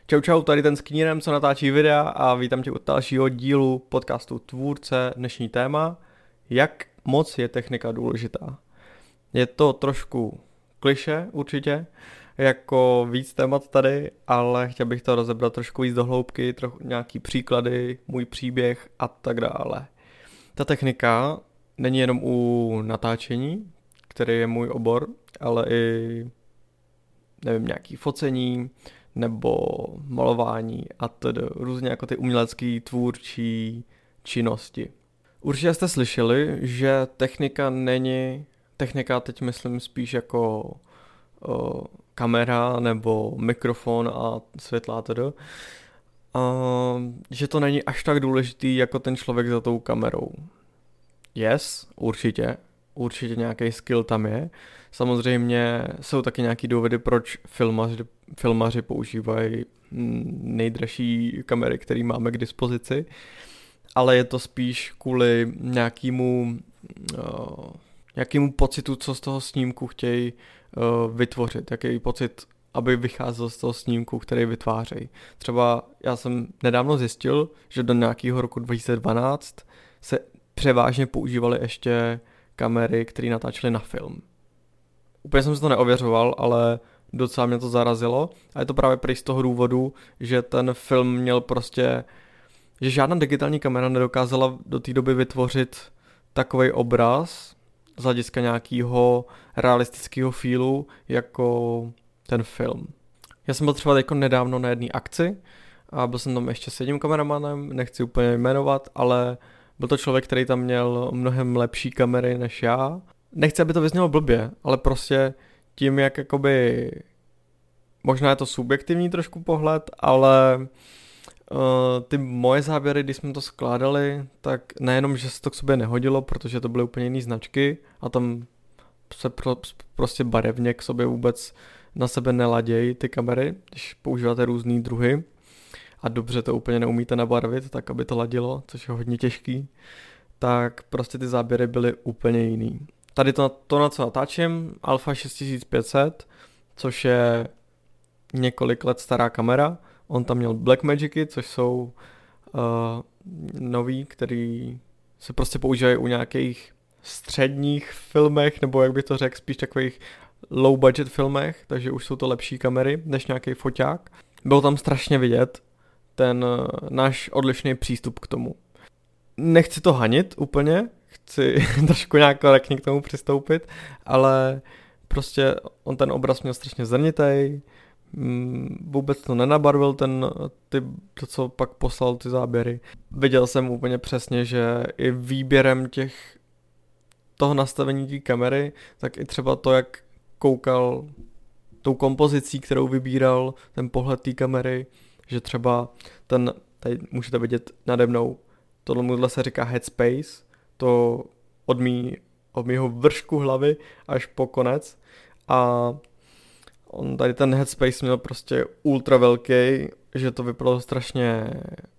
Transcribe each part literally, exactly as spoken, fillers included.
Čau čau, tady ten s knírem, co natáčí videa a vítám tě u dalšího dílu podcastu Tvůrce. Dnešní téma, jak moc je technika důležitá. Je to trošku kliše určitě, jako víc témat tady, ale chtěl bych to rozebrat trošku víc do hloubky, trochu nějaký příklady, můj příběh a tak dále. Ta technika není jenom u natáčení, který je můj obor, ale i nevím, nějaký focení, nebo malování a tedy různě jako ty umělecký tvůrčí činnosti. Určitě jste slyšeli, že technika není, technika teď myslím spíš jako o, kamera nebo mikrofon a světla a tedy, a, že to není až tak důležitý jako ten člověk za tou kamerou. Yes, určitě, určitě nějaký skill tam je. Samozřejmě jsou taky nějaký důvody, proč filmaři, filmaři používají nejdražší kamery, které máme k dispozici, ale je to spíš kvůli nějakému, uh, nějakému pocitu, co z toho snímku chtějí uh, vytvořit, jaký pocit, aby vycházel z toho snímku, který vytvářejí. Třeba já jsem nedávno zjistil, že do nějakého roku dva tisíce dvanáct se převážně používaly ještě kamery, které natáčely na film. Úplně jsem si to neověřoval, ale docela mě to zarazilo a je to právě prý z toho důvodu, že ten film měl prostě, že žádná digitální kamera nedokázala do té doby vytvořit takovej obraz z hlediska nějakého realistického feelu jako ten film. Já jsem byl třeba jako nedávno na jedné akci a byl jsem tam ještě s jedním kameramanem, nechci úplně jmenovat, ale byl to člověk, který tam měl mnohem lepší kamery než já. Nechci, aby to vyznělo blbě, ale prostě tím, jak jakoby, možná je to subjektivní trošku pohled, ale uh, ty moje záběry, když jsme to skládali, tak nejenom, že se to k sobě nehodilo, protože to byly úplně jiné značky a tam se pro, prostě barevně k sobě vůbec na sebe neladějí ty kamery, když používáte různý druhy a dobře to úplně neumíte nabarvit, tak aby to ladilo, což je hodně těžký, tak prostě ty záběry byly úplně jiný. Tady to, to na co natáčím, Alpha šest tisíc pět set, což je několik let stará kamera. On tam měl Blackmagicy, což jsou uh, nový, který se prostě používají u nějakých středních filmech, nebo jak bych to řekl, spíš takových low budget filmech, takže už jsou to lepší kamery než nějaký foťák. Bylo tam strašně vidět ten uh, náš odlišný přístup k tomu. Nechci to hanit úplně, chci trošku nějak korektně k tomu přistoupit, ale prostě on ten obraz měl strašně zrnitej, vůbec to nenabarvil ten, ty, to, co pak poslal ty záběry. Viděl jsem úplně přesně, že i výběrem těch, toho nastavení té kamery, tak i třeba to, jak koukal tou kompozicí, kterou vybíral, ten pohled té kamery, že třeba ten, tady můžete vidět nade mnou, tohle se říká headspace, to od, mý, od mýho vršku hlavy až po konec a on tady ten headspace měl prostě ultra velký, že to vypadalo strašně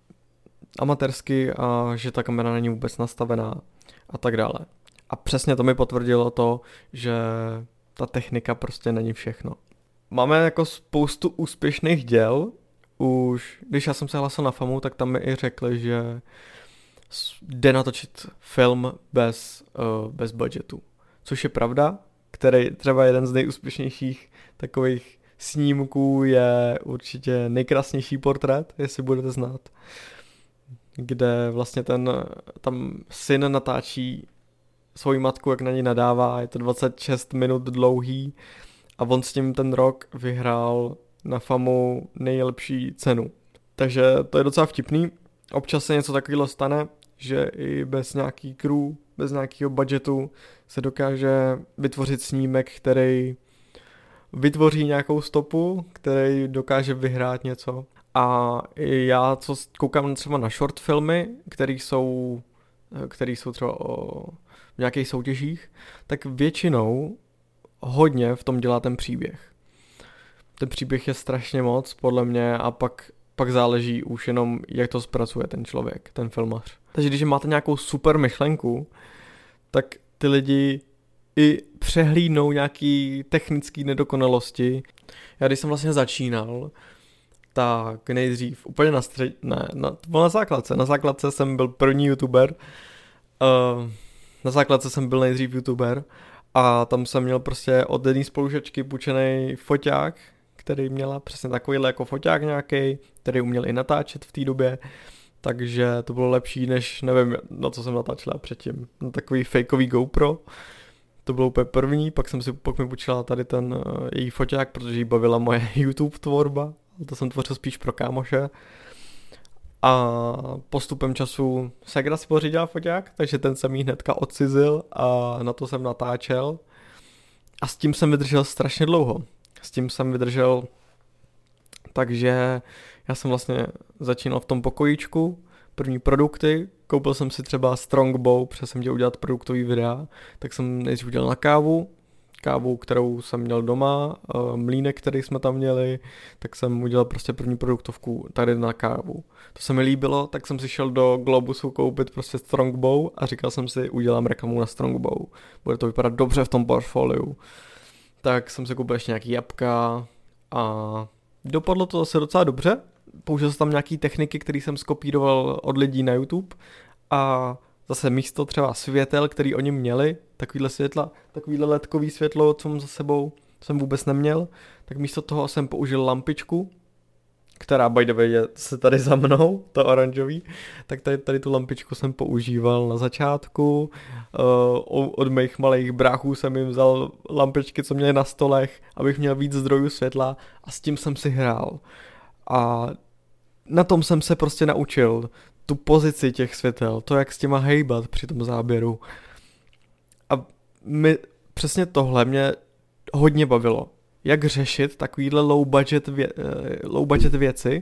amatérsky a že ta kamera není vůbec nastavená a tak dále. A přesně to mi potvrdilo to, že ta technika prostě není všechno. Máme jako spoustu úspěšných děl, už když já jsem se hlásil na FAMu, tak tam mi i řekli, že jde natočit film bez, uh, bez budgetu. Což je pravda, který třeba jeden z nejúspěšnějších takových snímků je určitě Nejkrásnější portrét, jestli budete znát, kde vlastně ten tam syn natáčí svoji matku, jak na ní nadává, je to dvacet šest minut dlouhý a on s tím ten rok vyhrál na FAMu nejlepší cenu. Takže to je docela vtipný. Občas se něco takového stane, že i bez nějaký crew, bez nějakého budgetu se dokáže vytvořit snímek, který vytvoří nějakou stopu, který dokáže vyhrát něco. A i já, co koukám třeba na short filmy, které jsou, který jsou třeba o nějakých soutěžích, tak většinou hodně v tom dělá ten příběh. Ten příběh je strašně moc, podle mě, a pak pak záleží už jenom, jak to zpracuje ten člověk, ten filmař. Takže když máte nějakou super myšlenku, tak ty lidi i přehlídnou nějaký technický nedokonalosti. Já když jsem vlastně začínal, tak nejdřív úplně na střed... Ne, na, to bylo na základce. Na základce jsem byl první youtuber. Uh, na základce jsem byl nejdřív youtuber a tam jsem měl prostě od jedné spolužačky půjčený foťák, který měla přesně takovýhle jako foťák nějaký, který uměl i natáčet v té době. Takže to bylo lepší, než nevím, na co jsem natáčela předtím. Na takový fakeový GoPro. To bylo úplně první, pak jsem si pak mi počila tady ten uh, její foťák, protože jí bavila moje YouTube tvorba. To jsem tvořil spíš pro kámoše. A postupem času ségra si pořídila foťák, takže ten jsem jí hnedka odcizil a na to jsem natáčel. A s tím jsem vydržel strašně dlouho. S tím jsem vydržel, takže já jsem vlastně začínal v tom pokojíčku, první produkty, koupil jsem si třeba Strongbow, protože jsem chtěl udělat produktový videa, tak jsem nejdřív udělal na kávu, kávu, kterou jsem měl doma, mlýnek, který jsme tam měli, tak jsem udělal prostě první produktovku tady na kávu. To se mi líbilo, tak jsem si šel do Globusu koupit prostě Strongbow a říkal jsem si, udělám reklamu na Strongbow, bude to vypadat dobře v tom portfoliu. Tak jsem si koupil ještě nějaký jabka a dopadlo to zase docela dobře. Použil jsem tam nějaký techniky, které jsem skopíroval od lidí na YouTube a zase místo třeba světel, který oni měli, takovýhle světla, takovýhle ledkový světlo, co mám za sebou, jsem vůbec neměl, tak místo toho jsem použil lampičku, která by the way je se tady za mnou, to oranžový, tak tady, tady tu lampičku jsem používal na začátku, uh, od mých malých bráchů jsem jim vzal lampičky, co měli na stolech, abych měl víc zdrojů světla a s tím jsem si hrál. A na tom jsem se prostě naučil tu pozici těch světel, to jak s těma hejbat při tom záběru. A my, přesně tohle mě hodně bavilo. Jak řešit takovýhle low budget, vě, low budget věci,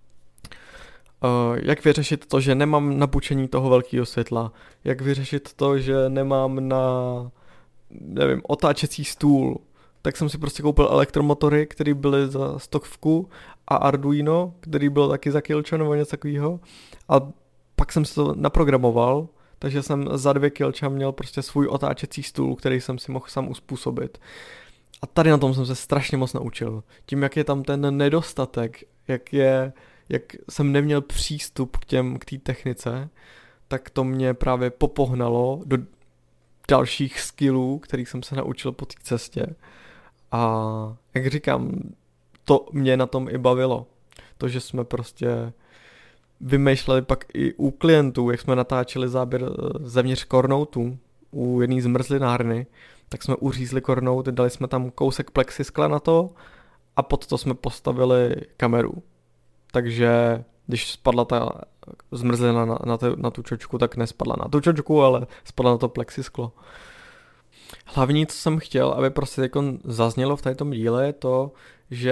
uh, jak vyřešit to, že nemám na půjčení toho velkého světla, jak vyřešit to, že nemám na, nevím, otáčecí stůl, tak jsem si prostě koupil elektromotory, které byly za stovku a Arduino, který byl taky za kilčo nebo něco takového a pak jsem si to naprogramoval, takže jsem za dvě kilča měl prostě svůj otáčecí stůl, který jsem si mohl sám uspůsobit. A tady na tom jsem se strašně moc naučil. Tím, jak je tam ten nedostatek, jak je, jak jsem neměl přístup k těm, k té technice, tak to mě právě popohnalo do dalších skillů, kterých jsem se naučil po té cestě. A jak říkám, to mě na tom i bavilo. To, že jsme prostě vymýšleli pak i u klientů, jak jsme natáčeli záběr zevnitř kornoutu u jedné zmrzlinárny, tak jsme uřízli kornout, dali jsme tam kousek plexiskla na to a pod to jsme postavili kameru. Takže když spadla ta zmrzlina na, na, te, na tu čočku, tak nespadla na tu čočku, ale spadla na to plexisklo. Hlavní, co jsem chtěl, aby prostě jako zaznělo v této díle, je to, že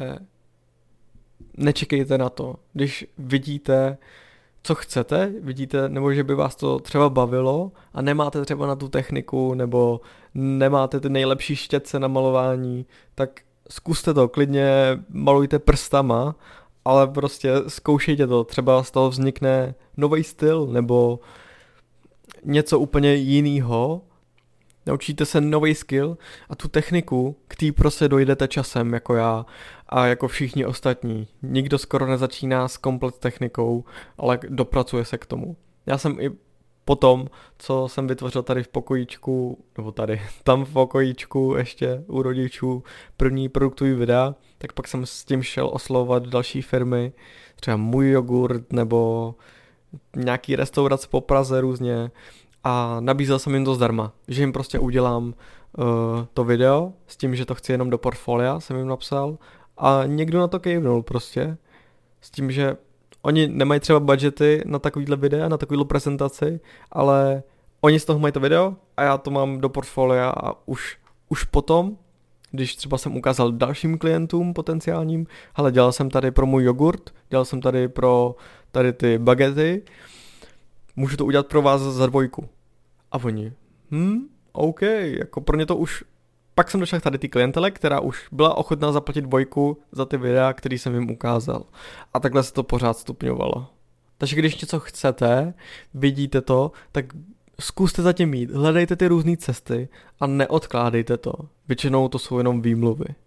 nečekejte na to. Když vidíte, co chcete, vidíte, nebo že by vás to třeba bavilo a nemáte třeba na tu techniku, nebo nemáte ty nejlepší štětce na malování, tak zkuste to, klidně malujte prstama, ale prostě zkoušejte to, třeba z toho vznikne nový styl, nebo něco úplně jinýho, naučíte se nový skill a tu techniku, k té prostě dojdete časem, jako já a jako všichni ostatní. Nikdo skoro nezačíná s komplet technikou, ale dopracuje se k tomu. Já jsem i potom, co jsem vytvořil tady v pokojíčku, nebo tady, tam v pokojíčku ještě u rodičů první produktový videa, tak pak jsem s tím šel oslovovat další firmy, třeba Můj jogurt, nebo nějaký restaurace po Praze různě, a nabízel jsem jim to zdarma, že jim prostě udělám uh, to video s tím, že to chci jenom do portfolia, jsem jim napsal a někdo na to kejvnul prostě s tím, že oni nemají třeba budgety na takovýhle videa, na takovýhle prezentaci, ale oni z toho mají to video a já to mám do portfolia a už, už potom, když třeba jsem ukázal dalším klientům potenciálním, hele, dělal jsem tady pro Můj jogurt, dělal jsem tady pro tady ty bagety, můžu to udělat pro vás za dvojku. A oni, hm, OK, jako pro ně to už, pak jsem došel tady ty klientele, která už byla ochotná zaplatit dvojku za ty videa, který jsem jim ukázal. A takhle se to pořád stupňovalo. Takže když něco chcete, vidíte to, tak zkuste zatím jít, hledejte ty různé cesty a neodkládejte to. Většinou to jsou jenom výmluvy.